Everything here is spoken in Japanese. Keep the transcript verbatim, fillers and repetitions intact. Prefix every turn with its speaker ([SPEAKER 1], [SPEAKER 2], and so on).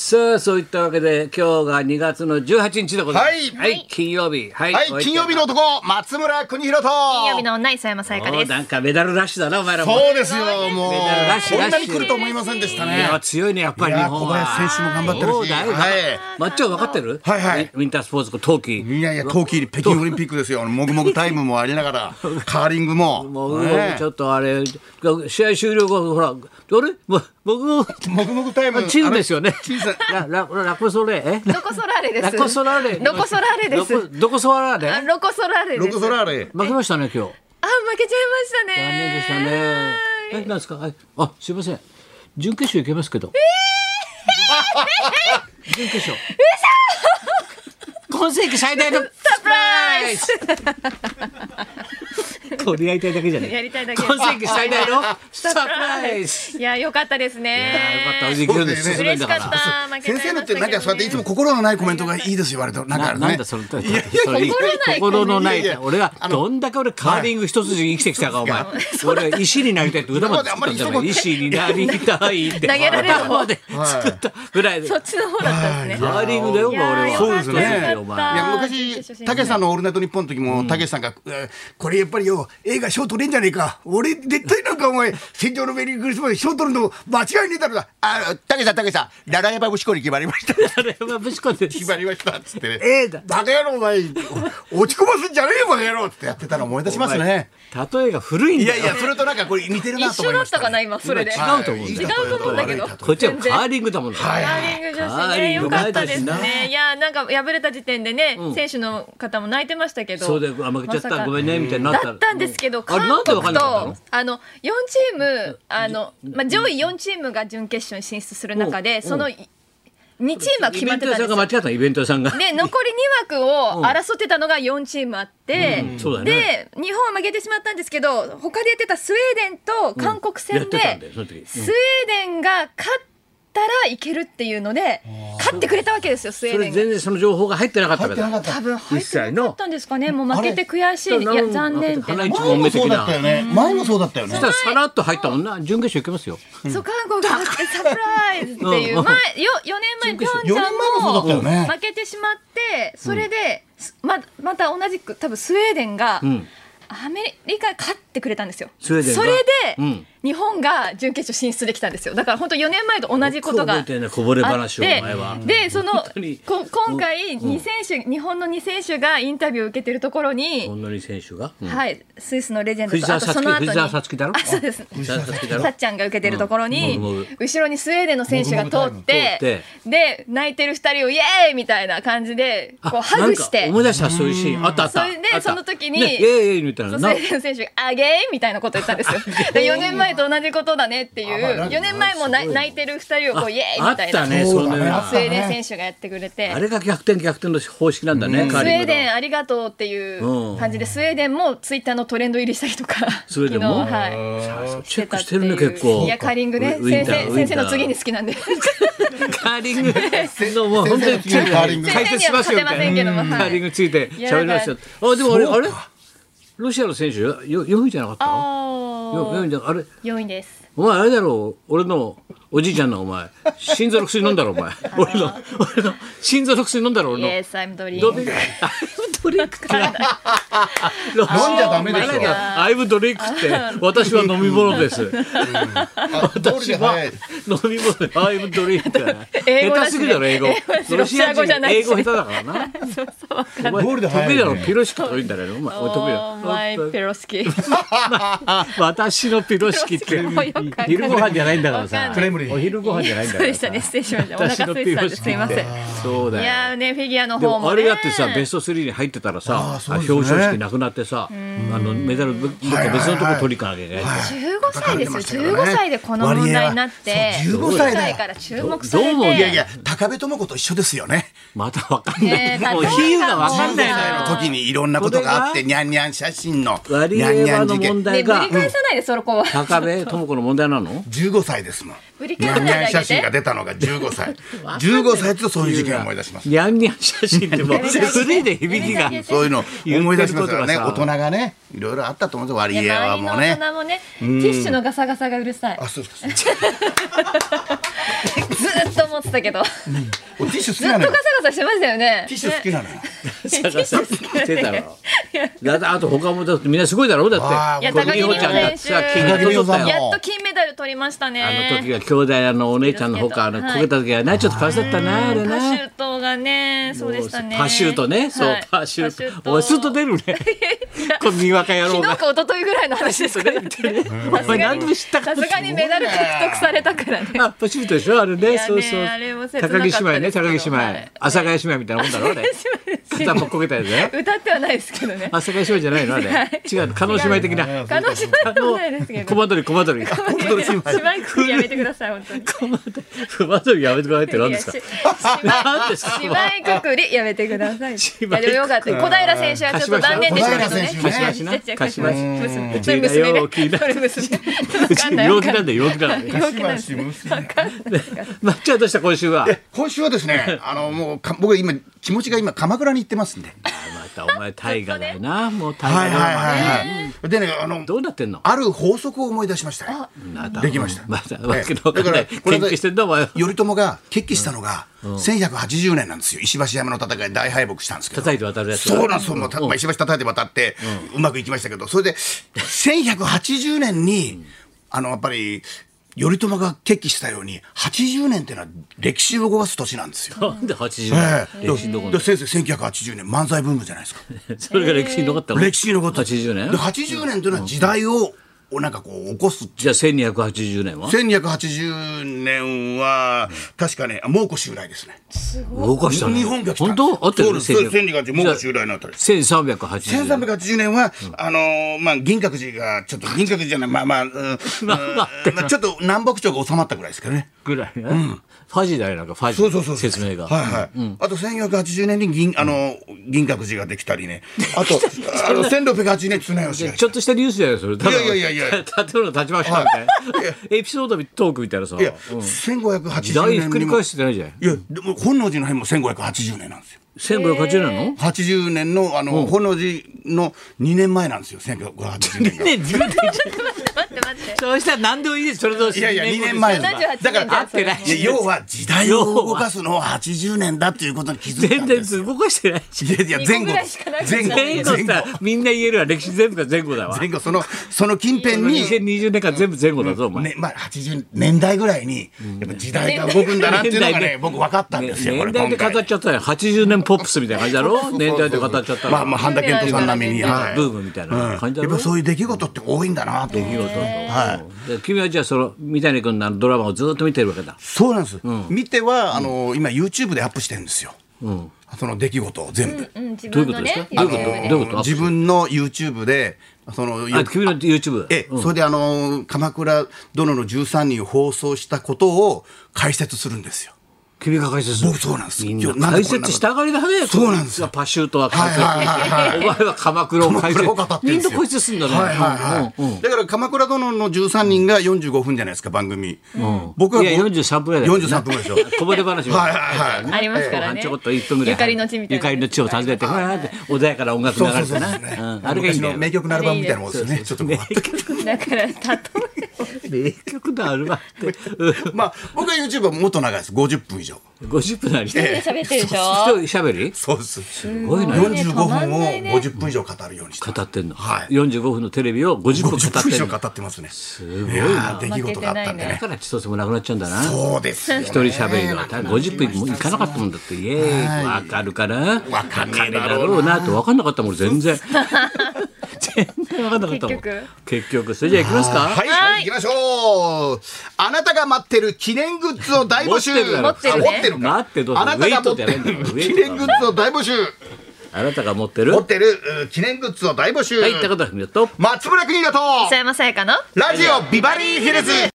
[SPEAKER 1] さあそういったわけで今日がにがつのじゅうはちにちでございます。
[SPEAKER 2] はい
[SPEAKER 1] はい、金曜日。はい、
[SPEAKER 2] はい、金曜日の男松村邦弘と
[SPEAKER 3] 金曜日の女磯山さやかです。
[SPEAKER 1] なんかメダルラッシュだなお前らも。
[SPEAKER 2] そうですよ、もう
[SPEAKER 1] メダルラッシュ
[SPEAKER 2] こんなに来ると思いませんでしたね。
[SPEAKER 1] いや強いねやっぱり日本は。
[SPEAKER 2] いや小林選手も頑張ってるし、
[SPEAKER 1] そうだよ、
[SPEAKER 2] はい
[SPEAKER 1] まっちゃん分かってる？
[SPEAKER 2] はいはい
[SPEAKER 1] ウィンタースポーツの冬季。
[SPEAKER 2] いやいや、冬季北京オリンピックですよ。もぐもぐタイムもありながらカーリングも
[SPEAKER 1] もう、
[SPEAKER 2] ね
[SPEAKER 1] ちょっとあれ試合終了後ほらあれも僕も
[SPEAKER 2] もぐもぐタイム
[SPEAKER 1] チームですよね。
[SPEAKER 2] 小さい
[SPEAKER 1] ラララコソレえ
[SPEAKER 3] ロコソラーレです。
[SPEAKER 1] ラコソラーレ
[SPEAKER 3] ロコソラーレです。
[SPEAKER 1] ロコどこソラーレ
[SPEAKER 3] あロコソラーレです。
[SPEAKER 2] ロコソラーレ
[SPEAKER 1] 負けましたね今日。
[SPEAKER 3] あ負けちゃいましたね。
[SPEAKER 1] 残念でしたね。え、なんですか。はい、あ、すいません。準決勝行けますけど。えー、準決勝。今世紀最大のサプライズ。これやりたいだけじゃねえ。
[SPEAKER 3] やりたいだけ。
[SPEAKER 1] 今世紀最大のサプライズ。
[SPEAKER 3] いや良かったですね。
[SPEAKER 1] いや良かった。おじきるんです。
[SPEAKER 3] 嬉しかった。負け
[SPEAKER 2] 先生のってなんかそうやっていつも心のないコメントがいいですよ、割となんかね。
[SPEAKER 1] なんだそのそれ心のない俺がどんだけ俺カーリング一筋生きてきたかお前。俺石になりたいって歌まで作ったんだから石になりたいって
[SPEAKER 3] 投げられる
[SPEAKER 1] まで作ったぐらいで。
[SPEAKER 3] そっちの方だったんですね。
[SPEAKER 1] カーリングだよ俺は。
[SPEAKER 2] そうですね。
[SPEAKER 1] お前。
[SPEAKER 2] いや昔たけしさんのオールナイトニッポンの時もたけしさんがこれやっぱりよ映画賞取れんじゃねえか。俺絶対なんかお前戦場のメリークリスマス賞取るの間違いねえだろだ。あたけしさんたけしさんララヤバブシコに決まりました。
[SPEAKER 1] ララヤバブシコで
[SPEAKER 2] 決まりましたっつってね。
[SPEAKER 1] ええだ。
[SPEAKER 2] バカ野郎お前落ち込ますんじゃねえよバカ野郎ってやってたの思い出しますね。
[SPEAKER 1] 例えが古いんだよ。
[SPEAKER 2] いやいやそれとなんかこれ似てるなと思いました。
[SPEAKER 3] 一緒だったかな今それで。
[SPEAKER 1] 違うと思うんだよ。
[SPEAKER 3] 違うと思うんだけど。
[SPEAKER 1] こっちはカーリングだもんね。
[SPEAKER 3] カーリング女子ね良かったですね。いやなんか敗れた時点でね選手の方も泣いてましたけど。
[SPEAKER 1] そうで負けちゃったごめんねみたいになった。
[SPEAKER 3] だったんですけど韓国とあのよんチームあのまあ上位よんチームが準決勝に進出する中でそのにチームは決まってたんですよ。
[SPEAKER 1] 間違ったイベントさんが。
[SPEAKER 3] で残りにわくを争ってたのがよんチームあって、うんうんね、で日本は負けてしまったんですけど他でやってたスウェーデンと韓国戦で、うん、スウェーデンが勝ったらいけるっていうので勝ってくれたわけですよスウェーデンが。
[SPEAKER 1] それ全然その情報が入ってなかったから
[SPEAKER 3] 多分入ってなかったんですかね。もう負けて悔しいいや残念って
[SPEAKER 2] 前もそうだったよね。前もそうだったよね。
[SPEAKER 1] そしたらさらっと入ったもんな。準決勝いけますよ。
[SPEAKER 3] そう韓国が勝ってサプライズっていう前よよねんまえピョンチャンも負けてしまってそれでままた同じく多分スウェーデンがアメリカ勝ってくれたんですよ。それで日本が準決勝進出できたんですよ。だから本当よねんまえと同じことがあってでそのこ今回に選手日本のに選手がインタビューを受けてるところに
[SPEAKER 1] 日本のに選手が、
[SPEAKER 3] うん、はいスイスのレジェンド
[SPEAKER 1] とあとその後に
[SPEAKER 3] 藤澤さつきだろ。あそうです。さっちゃんが受けてるところに、うん、後ろにスウェーデンの選手が通ってで泣いてるふたりをイエーイみたいな感じでこうハグして
[SPEAKER 1] 思い出したそういうシーンあったあった。
[SPEAKER 3] それでその時に、
[SPEAKER 1] ね、イエーイみたいな
[SPEAKER 3] スウェーデンの選手がアゲーイみたいなこと言ったんですよ。でよねんまえと同じことだねっていうよねんまえも泣いてるふたりをこうイエーイみたいな、
[SPEAKER 1] ね、そ
[SPEAKER 3] スウェーデン選手がやってくれて
[SPEAKER 1] あれが逆転逆転の方式なんだね、うん、
[SPEAKER 3] スウェーデンありがとうっていう感じで、うん、スウェーデンもツイッターのトレンド入りしたりとか
[SPEAKER 1] スウェーデンも、
[SPEAKER 3] はい、
[SPEAKER 1] チェックしてるね結構。
[SPEAKER 3] いやカーリングね先生先生の次に好きなんで
[SPEAKER 1] カーリングのもう本当に解説しますよみたいなカーリングついて喋りました。あでもあれあれロシアの選手よよんいじゃなかったよんいじゃあれ
[SPEAKER 3] よんいです。
[SPEAKER 1] お前あれだろう俺のおじいちゃんのお前心臓の薬飲んだろお前俺の俺の心臓の薬飲んだろ俺の
[SPEAKER 3] Yes I'm drink
[SPEAKER 1] ドリンクドリンク飲ん
[SPEAKER 2] じゃダメでしょ。
[SPEAKER 1] アイムドリンクって私は飲み物です。私は飲み物アイムドリンク下手すぎだろ英語。ロシア人英語下手だからな。お前得意だろピロシキと言うんだねお前得意だ。
[SPEAKER 3] マイピロシキ
[SPEAKER 1] 私のピロシキって昼ご飯じゃないんだからさ。お昼ご飯じゃないんだから。
[SPEAKER 3] そうでしたね失礼しました。お腹空いてたんですいません。
[SPEAKER 1] そうだよ。
[SPEAKER 3] いやねフィギュアの方もね。
[SPEAKER 1] あれだってさベストスリーに入ってたらさ表彰式なくなってさあのメダル別のとこ取りかなきゃいけない。
[SPEAKER 3] じゅうごさいですよ。じゅうごさいでこの問題になって
[SPEAKER 2] じゅうごさい
[SPEAKER 3] 世界から注目されて。
[SPEAKER 1] どうも
[SPEAKER 2] いやいや高部智子と一緒ですよね。
[SPEAKER 1] またわかんない。もう比喩がわかんない
[SPEAKER 2] の時にいろんなことがあってニャンニャン写真の
[SPEAKER 1] 割合の問題が
[SPEAKER 3] ぶり返さないでその子は。
[SPEAKER 1] 高部智子の問題なの？
[SPEAKER 2] じゅうごさいですもん。
[SPEAKER 3] ぶり
[SPEAKER 2] ニャンニャン写真が出たのがじゅうごさい。じゅうごさいとそういう事件を思い出します。
[SPEAKER 1] ニャンニャン写真ってもう古いで響きが
[SPEAKER 2] そういうの思い出しますからね。大人がねいろいろあったと思うんですよ。割合はもうね。
[SPEAKER 3] 大人もねティッシュのガサガサがうるさい。
[SPEAKER 2] あそうですか。
[SPEAKER 3] ずっと思ってたけど。
[SPEAKER 2] ティッシュ好き
[SPEAKER 3] ずっ
[SPEAKER 2] なのよ。
[SPEAKER 3] とガサガサしてましたよね。
[SPEAKER 2] ティッシュ好きなのよ。
[SPEAKER 1] 探してたろ。だってあと他もだってみんなすごいだろだって。
[SPEAKER 3] いや高木美帆選手、やっと金メダル取りましたね。
[SPEAKER 1] あの時は兄弟あのお姉ちゃんのほかあのこけた時はねちょっとかわいそうだったなあれな。
[SPEAKER 3] パシュートがねそうでしたね。
[SPEAKER 1] パシュートねそうパシュート。お前スッと出るね。これにわか野郎が。
[SPEAKER 3] 昨日か一昨日ぐらいの話ですからね。
[SPEAKER 1] お前何でも知ったか。
[SPEAKER 3] さすがにメダル獲得されたからね。
[SPEAKER 1] あパシュートでしょあれね。そうそう。高木姉妹ね高木姉妹。阿佐ヶ谷姉妹みたいなもんだろあれ。片っぽこけたやつね。
[SPEAKER 3] 歌ってはないですけどね。
[SPEAKER 1] 阿佐ヶ谷姉妹じゃないのあれ。違う叶姉妹的な。
[SPEAKER 3] 叶姉妹ではないですけど。
[SPEAKER 1] コマドリコマドリ。
[SPEAKER 3] 姉妹くやめてください本当に。
[SPEAKER 1] コマドリやめてくださいって何ですか。何ですか。
[SPEAKER 3] 姉妹くくりやめてください。いやでもよかった。小平選手はちょっと残念でしたけどね。
[SPEAKER 1] 柏市な柏市。
[SPEAKER 3] 娘それ娘ね。それ娘。
[SPEAKER 1] 陽気なんだよ陽気なんだよ。
[SPEAKER 3] 陽気なんです。
[SPEAKER 1] まっちゃんどうした今週は。
[SPEAKER 2] 今週はですねあのもう僕今気持ちが今鎌倉に行ってますんで。
[SPEAKER 1] またお前大河だよなもう大河。
[SPEAKER 2] はいはいはいはい。でねあの
[SPEAKER 1] どうなってんの。
[SPEAKER 2] ある法則を思い出しましたね。できました。
[SPEAKER 1] まだわけのわかんない研究してんだお前。
[SPEAKER 2] 頼朝が決起したのがせんひゃくはちじゅうねんなんですよ。石橋山の戦い大敗北したんですけど。
[SPEAKER 1] 叩いて渡るやつ。
[SPEAKER 2] そうなんですよ。もう石橋叩いて渡ってうまくいきましたけどそれでせんひゃくはちじゅうねんにあのやっぱり頼朝が決起したようにはちじゅうねんっていうのは歴史を動かす年なんですよ。
[SPEAKER 1] なんではちじゅうねん、えー、歴史に残る。
[SPEAKER 2] 先生せんきゅうひゃくはちじゅうねん漫才ブームじゃないですか。
[SPEAKER 1] それが歴史に残ったの。
[SPEAKER 2] 歴史に残った。
[SPEAKER 1] はちじゅうねん。
[SPEAKER 2] ではちじゅうねんというのは時代をなんかこう起こす。
[SPEAKER 1] じゃあせんにひゃくはちじゅうねんは
[SPEAKER 2] せんにひゃくはちじゅうねんは確かね猛虎襲来ですね。
[SPEAKER 1] 動かしたね。
[SPEAKER 2] 日本が来た。
[SPEAKER 1] 本当？あってる。
[SPEAKER 2] せんにひゃくはちじゅう猛虎襲来のあたり。
[SPEAKER 1] せんさんびゃくはちじゅうねん。
[SPEAKER 2] せんさんびゃくはちじゅうねんはあのまあ銀閣寺がちょっと銀閣寺じゃないまあまあちょっと南北朝が収まったぐらいですけどね。
[SPEAKER 1] ぐらいね。ファジーだよなんかファジー説明が。
[SPEAKER 2] はいはい。あとせんよんひゃくはちじゅうねんに銀あの銀閣寺ができたりね。あとあのせんろっぴゃくはちじゅうねん綱吉が。
[SPEAKER 1] ちょっとしたニュースじゃないそれ。
[SPEAKER 2] いやいやいやいや。
[SPEAKER 1] 建物立ちましたみたいな。エピソードトークみたいなさ。
[SPEAKER 2] いやせんごひゃくはちじゅうねんにも。
[SPEAKER 1] 時代ひっくり返してないじゃん。
[SPEAKER 2] いやでも本能寺の変もせんごひゃくはちじゅうねんなんですよ。
[SPEAKER 1] せんごひゃくはちじゅうねんなの？
[SPEAKER 2] はちじゅうねんのあの本能寺のにねんまえなんですよ。せんごひゃくはちじゅうねんが。
[SPEAKER 1] にねん自分で言っちゃった待って待って。そうしたら何でもいいです。それと
[SPEAKER 2] いやいやにねんまえです。だから
[SPEAKER 3] 合ってない。
[SPEAKER 2] 要は時代を動かすのははちじゅうねんだっていうことに気づいたんです。
[SPEAKER 1] 全然動かしてないし。
[SPEAKER 2] いやいや前後
[SPEAKER 1] 前後前後さみんな言えるわ歴史全部が前後だわ。
[SPEAKER 2] 前後そのその近辺に
[SPEAKER 1] にせんにじゅうねんかん全部前後だぞお前。
[SPEAKER 2] ねまあはちじゅうねんだいぐらいにやっぱ時代が動くんだなっていうのがね僕分かったんですよ。
[SPEAKER 1] 年代で語っちゃったよ。はちじゅうねんポップスみたいな感じだろ。年代で語っちゃったら。
[SPEAKER 2] まあまあ半田健人さん並みに
[SPEAKER 1] ブームみたいな感じだろ。
[SPEAKER 2] やっぱそういう出来事って多いんだなと。
[SPEAKER 1] 出来事。はい。君はじゃあその三谷君のドラマをずっと見てるわけだ。
[SPEAKER 2] そうなんです。見てはあの今 YouTube でアップしてるんですよ。その出来事を全部。
[SPEAKER 1] どういうことですか。どういうこと。どういうこと。
[SPEAKER 2] 自分の YouTube で。その
[SPEAKER 1] あ君の YouTube
[SPEAKER 2] え、うん、それであの鎌倉殿のじゅうさんにんを放送したことを解説するんですよ。
[SPEAKER 1] 君が解説する。
[SPEAKER 2] 僕そうなんです。
[SPEAKER 1] みんな解説したがりだね。
[SPEAKER 2] そうなんですよ。
[SPEAKER 1] パシュートは解説。お前は鎌倉を解説。みんな解説するんだね。
[SPEAKER 2] はいはいはい。だから鎌倉殿のじゅうさんにんがよんじゅうごふんじゃないですか番組。僕はい
[SPEAKER 1] やよんじゅうさんぷんぐらいだよ。
[SPEAKER 2] よんじゅうさんぷんでしょ。
[SPEAKER 1] こぼれ話
[SPEAKER 2] はいはい
[SPEAKER 3] はい。ありますからね。
[SPEAKER 1] ちょこっといっぷんぐらい。
[SPEAKER 3] ゆかりの地みたいな。
[SPEAKER 1] ゆかりの地を訪ねて穏やかな音楽流れてな。
[SPEAKER 2] あれがいいね。名曲のアルバムみたいなもんですよね。ちょっと
[SPEAKER 3] だから例
[SPEAKER 1] え名曲のアルバムって。
[SPEAKER 2] まあ僕は YouTube はもっと長いです。ごじゅっぷん以上。
[SPEAKER 1] ごじゅっぷんなり。
[SPEAKER 3] 一人で喋ってるでしょ。
[SPEAKER 1] 一人喋り？
[SPEAKER 2] そうです。
[SPEAKER 1] すごいな。
[SPEAKER 2] よんじゅうごふんをごじゅっぷん以上語るようにして。
[SPEAKER 1] 語ってんの。
[SPEAKER 2] はい。
[SPEAKER 1] よんじゅうごふんのテレビをごじゅっぷん語ってんの。
[SPEAKER 2] ごじゅっぷん以上語ってますね。
[SPEAKER 1] すごいな。
[SPEAKER 2] 出来事があったんでね。
[SPEAKER 1] だから千歳もなくなっちゃうんだな。
[SPEAKER 2] そうですよね。
[SPEAKER 1] 一人喋りがごじゅっぷんもいかなかったもんだって。イエーイ。わかるかな。わ
[SPEAKER 2] かんねえ
[SPEAKER 1] だろうなと分かんなかったもん全然。全然分かんなかったもん。結局それじゃあ行きますか。
[SPEAKER 2] はい行きましょう。あなたが待ってる記念グッズを大募集。
[SPEAKER 3] 持ってる。
[SPEAKER 2] 持ってるか。
[SPEAKER 1] 待ってどうぞ。
[SPEAKER 2] あなたが持ってる記念グッズを大募集。
[SPEAKER 1] あなたが持ってる
[SPEAKER 2] 持ってる記念グッズを大募集。
[SPEAKER 1] はい、高田文夫と
[SPEAKER 2] 松村邦洋と
[SPEAKER 3] 磯山さやかの
[SPEAKER 2] ラジオビバリーヒルズ。